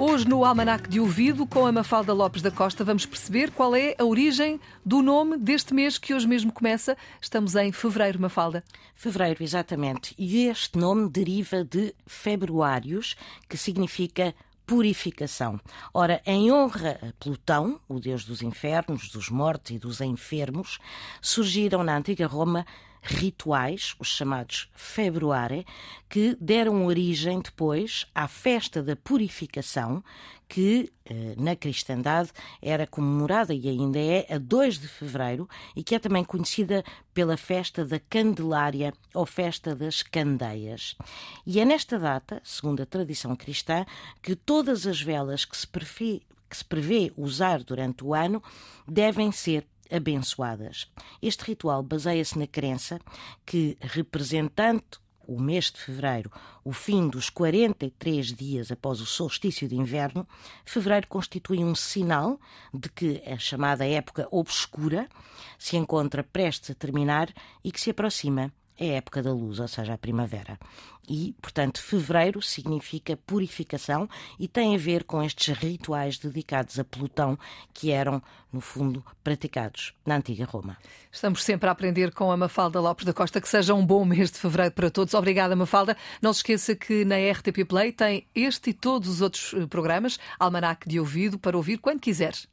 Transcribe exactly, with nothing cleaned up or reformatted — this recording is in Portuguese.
Hoje no Almanaque de Ouvido, com a Mafalda Lopes da Costa, vamos perceber qual é a origem do nome deste mês que hoje mesmo começa. Estamos em fevereiro, Mafalda. Fevereiro, exatamente. E este nome deriva de Februários, que significa purificação. Ora, em honra a Plutão, o deus dos infernos, dos mortos e dos enfermos, surgiram na antiga Roma rituais, os chamados Februare, que deram origem depois à festa da purificação, que na cristandade era comemorada e ainda é a dois de fevereiro e que é também conhecida pela festa da Candelária ou festa das Candeias. E é nesta data, segundo a tradição cristã, que todas as velas que se prevê, que se prevê usar durante o ano devem ser abençoadas. Este ritual baseia-se na crença que, representando o mês de fevereiro, o fim dos quarenta e três dias após o solstício de inverno, fevereiro constitui um sinal de que a chamada época obscura se encontra prestes a terminar e que se aproxima a época da luz, ou seja, a primavera. E, portanto, fevereiro significa purificação e tem a ver com estes rituais dedicados a Plutão que eram, no fundo, praticados na antiga Roma. Estamos sempre a aprender com a Mafalda Lopes da Costa. Que seja um bom mês de fevereiro para todos. Obrigada, Mafalda. Não se esqueça que na R T P Play tem este e todos os outros programas, Almanaque de Ouvido, para ouvir quando quiseres.